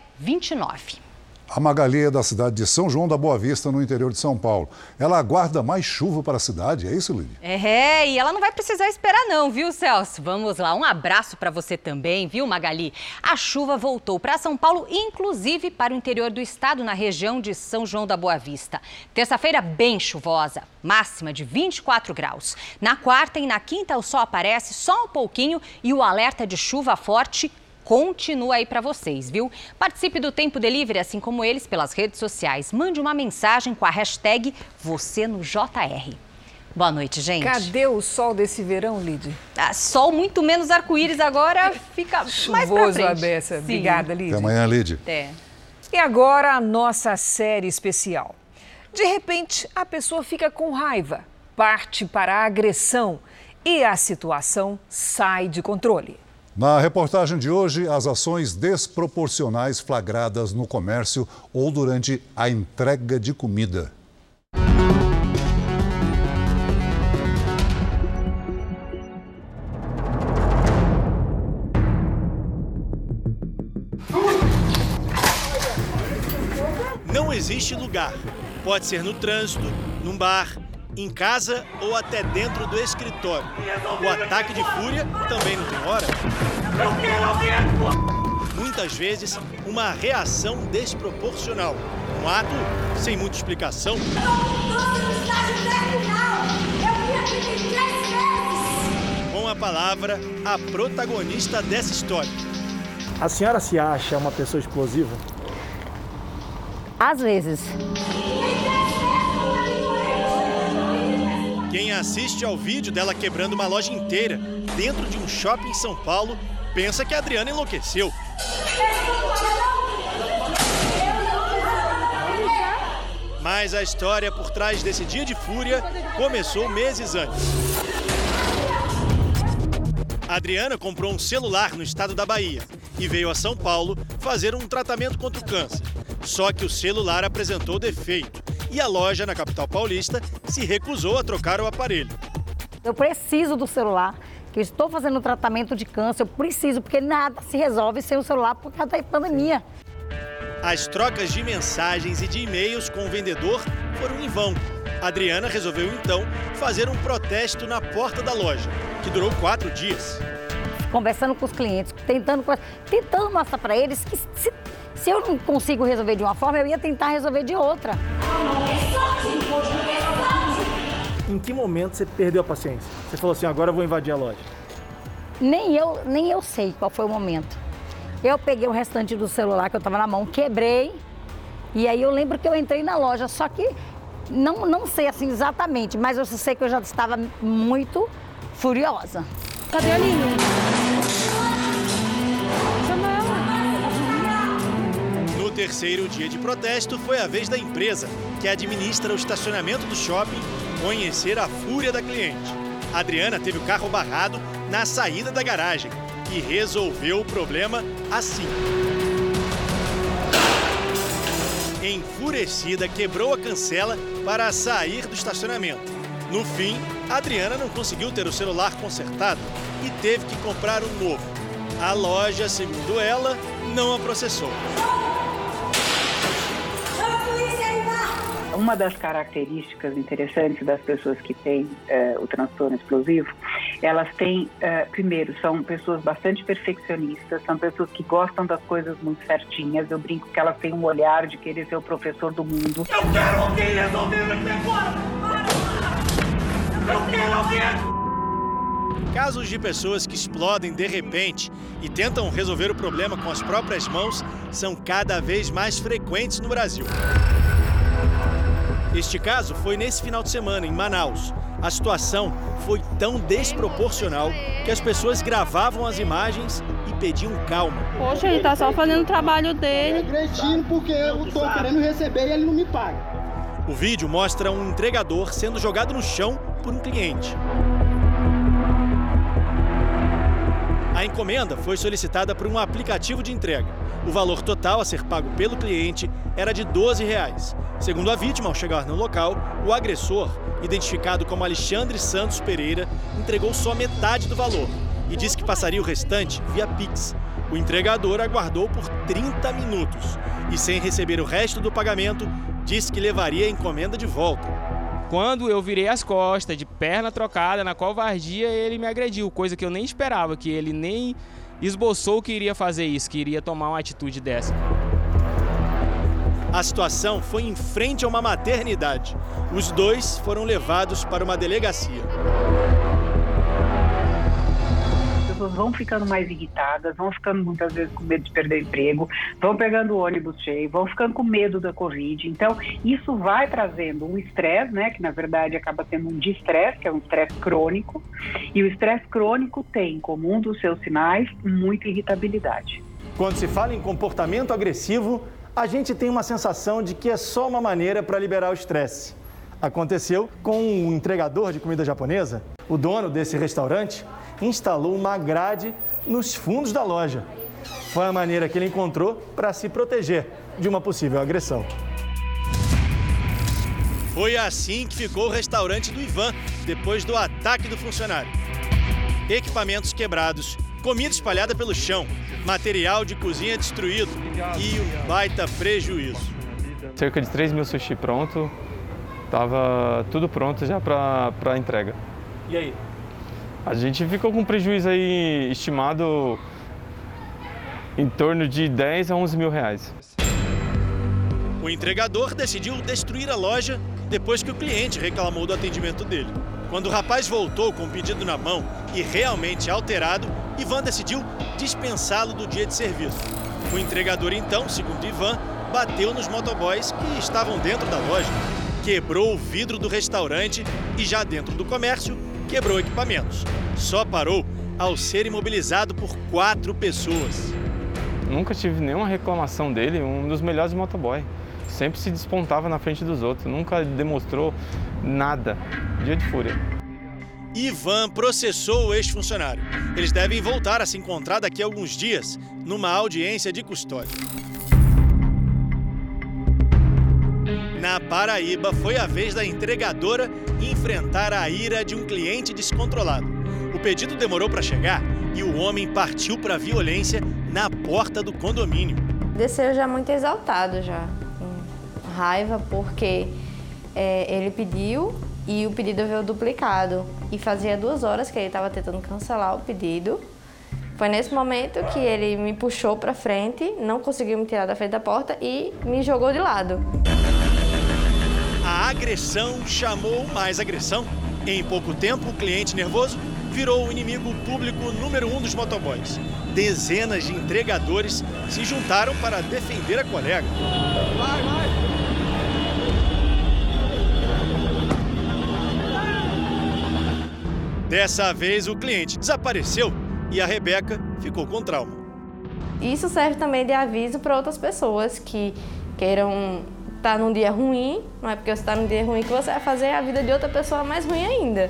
29. A Magali é da cidade de São João da Boa Vista, no interior de São Paulo. Ela aguarda mais chuva para a cidade, é isso, Lídia? E ela não vai precisar esperar não, viu, Celso? Vamos lá, um abraço para você também, viu, Magali? A chuva voltou para São Paulo, inclusive para o interior do estado, na região de São João da Boa Vista. Terça-feira bem chuvosa, máxima de 24 graus. Na quarta e na quinta o sol aparece só um pouquinho e o alerta de chuva forte continua aí para vocês, viu? Participe do Tempo Delivery, assim como eles, pelas redes sociais. Mande uma mensagem com a hashtag #VocênoJR. Boa noite, gente. Cadê o sol desse verão, Lidy? Sol muito menos arco-íris agora, fica mais pra frente. A beça. Obrigada, Lidy. Até amanhã, Lidy. Até. E agora a nossa série especial. De repente, a pessoa fica com raiva, parte para a agressão e a situação sai de controle. Na reportagem de hoje, as ações desproporcionais flagradas no comércio ou durante a entrega de comida. Não existe lugar. Pode ser no trânsito, num bar, em casa ou até dentro do escritório. O ataque de fúria também não tem hora. Muitas vezes, uma reação desproporcional. Um ato sem muita explicação. Com a palavra, a protagonista dessa história. A senhora se acha uma pessoa explosiva? Às vezes. Quem assiste ao vídeo dela quebrando uma loja inteira dentro de um shopping em São Paulo pensa que a Adriana enlouqueceu. Mas a história por trás desse dia de fúria começou meses antes. A Adriana comprou um celular no estado da Bahia e veio a São Paulo fazer um tratamento contra o câncer. Só que o celular apresentou defeito e a loja na capital paulista se recusou a trocar o aparelho. Eu preciso do celular, que eu estou fazendo tratamento de câncer, eu preciso, porque nada se resolve sem o celular por causa da pandemia. As trocas de mensagens e de e-mails com o vendedor foram em vão. A Adriana resolveu então fazer um protesto na porta da loja, que durou 4 dias. Conversando com os clientes, tentando mostrar para eles que se eu não consigo resolver de uma forma, eu ia tentar resolver de outra. Em que momento você perdeu a paciência? Você falou assim, agora eu vou invadir a loja. Nem eu sei qual foi o momento. Eu peguei o restante do celular que eu estava na mão, quebrei, e aí eu lembro que eu entrei na loja, só que não sei assim exatamente, mas eu sei que eu já estava muito furiosa. Cadê a Aline? No terceiro dia de protesto, foi a vez da empresa, que administra o estacionamento do shopping, conhecer a fúria da cliente. A Adriana teve o carro barrado na saída da garagem e resolveu o problema assim. Enfurecida, quebrou a cancela para sair do estacionamento. No fim, a Adriana não conseguiu ter o celular consertado e teve que comprar um novo. A loja, segundo ela, não a processou. Uma das características interessantes das pessoas que têm o transtorno explosivo elas têm, primeiro, são pessoas bastante perfeccionistas, são pessoas que gostam das coisas muito certinhas. Eu brinco que elas têm um olhar de querer ser o professor do mundo. Eu quero alguém resolvendo aqui agora! Eu quero alguém! Casos de pessoas que explodem de repente e tentam resolver o problema com as próprias mãos são cada vez mais frequentes no Brasil. Este caso foi nesse final de semana, em Manaus. A situação foi tão desproporcional que as pessoas gravavam as imagens e pediam calma. Poxa, ele tá só fazendo o trabalho dele. Eu agredindo porque eu tô querendo receber e ele não me paga. O vídeo mostra um entregador sendo jogado no chão por um cliente. A encomenda foi solicitada por um aplicativo de entrega. O valor total a ser pago pelo cliente era de R$12. Segundo a vítima, ao chegar no local, o agressor, identificado como Alexandre Santos Pereira, entregou só metade do valor e disse que passaria o restante via Pix. O entregador aguardou por 30 minutos e, sem receber o resto do pagamento, disse que levaria a encomenda de volta. Quando eu virei as costas, de perna trocada, na covardia, ele me agrediu, coisa que eu nem esperava, que ele nem esboçou que iria fazer isso, que iria tomar uma atitude dessa. A situação foi em frente a uma maternidade. Os dois foram levados para uma delegacia. As pessoas vão ficando mais irritadas, vão ficando muitas vezes com medo de perder o emprego, vão pegando o ônibus cheio, vão ficando com medo da Covid. Então, isso vai trazendo um estresse, né, que na verdade acaba sendo um distresse, que é um estresse crônico. E o estresse crônico tem, como um dos seus sinais, muita irritabilidade. Quando se fala em comportamento agressivo, a gente tem uma sensação de que é só uma maneira para liberar o estresse. Aconteceu com um entregador de comida japonesa. O dono desse restaurante instalou uma grade nos fundos da loja. Foi a maneira que ele encontrou para se proteger de uma possível agressão. Foi assim que ficou o restaurante do Ivan, depois do ataque do funcionário. Equipamentos quebrados, comida espalhada pelo chão, material de cozinha destruído e um baita prejuízo. Cerca de 3 mil sushi pronto, estava tudo pronto já para entrega. E aí? A gente ficou com um prejuízo aí estimado em torno de 10 a 11 mil reais. O entregador decidiu destruir a loja depois que o cliente reclamou do atendimento dele. Quando o rapaz voltou com o pedido na mão e realmente alterado, Ivan decidiu dispensá-lo do dia de serviço. O entregador então, segundo Ivan, bateu nos motoboys que estavam dentro da loja, quebrou o vidro do restaurante e já dentro do comércio, quebrou equipamentos. Só parou ao ser imobilizado por 4 pessoas. Nunca tive nenhuma reclamação dele, um dos melhores motoboy. Sempre se despontava na frente dos outros, nunca demonstrou nada. Dia de fúria. Ivan processou o ex-funcionário. Eles devem voltar a se encontrar daqui a alguns dias, numa audiência de custódia. Na Paraíba, foi a vez da entregadora enfrentar a ira de um cliente descontrolado. O pedido demorou para chegar e o homem partiu para a violência na porta do condomínio. Desceu já muito exaltado, já, com raiva, porque ele pediu e o pedido veio duplicado. E fazia 2 horas que ele estava tentando cancelar o pedido. Foi nesse momento que ele me puxou para frente, não conseguiu me tirar da frente da porta e me jogou de lado. A agressão chamou mais agressão. Em pouco tempo, o cliente nervoso virou o inimigo público número 1 dos motoboys. Dezenas de entregadores se juntaram para defender a colega. Dessa vez, o cliente desapareceu e a Rebeca ficou com trauma. Isso serve também de aviso para outras pessoas que queiram estar num dia ruim, não é porque você está num dia ruim que você vai fazer a vida de outra pessoa mais ruim ainda.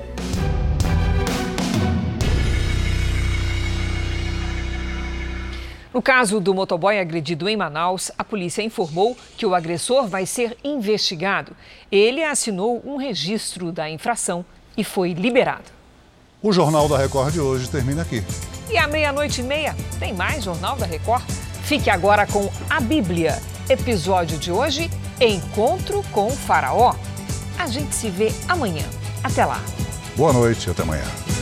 No caso do motoboy agredido em Manaus, a polícia informou que o agressor vai ser investigado. Ele assinou um registro da infração e foi liberado. O Jornal da Record de hoje termina aqui. E à 00:30 tem mais Jornal da Record? Fique agora com a Bíblia. Episódio de hoje, Encontro com o Faraó. A gente se vê amanhã. Até lá. Boa noite, até amanhã.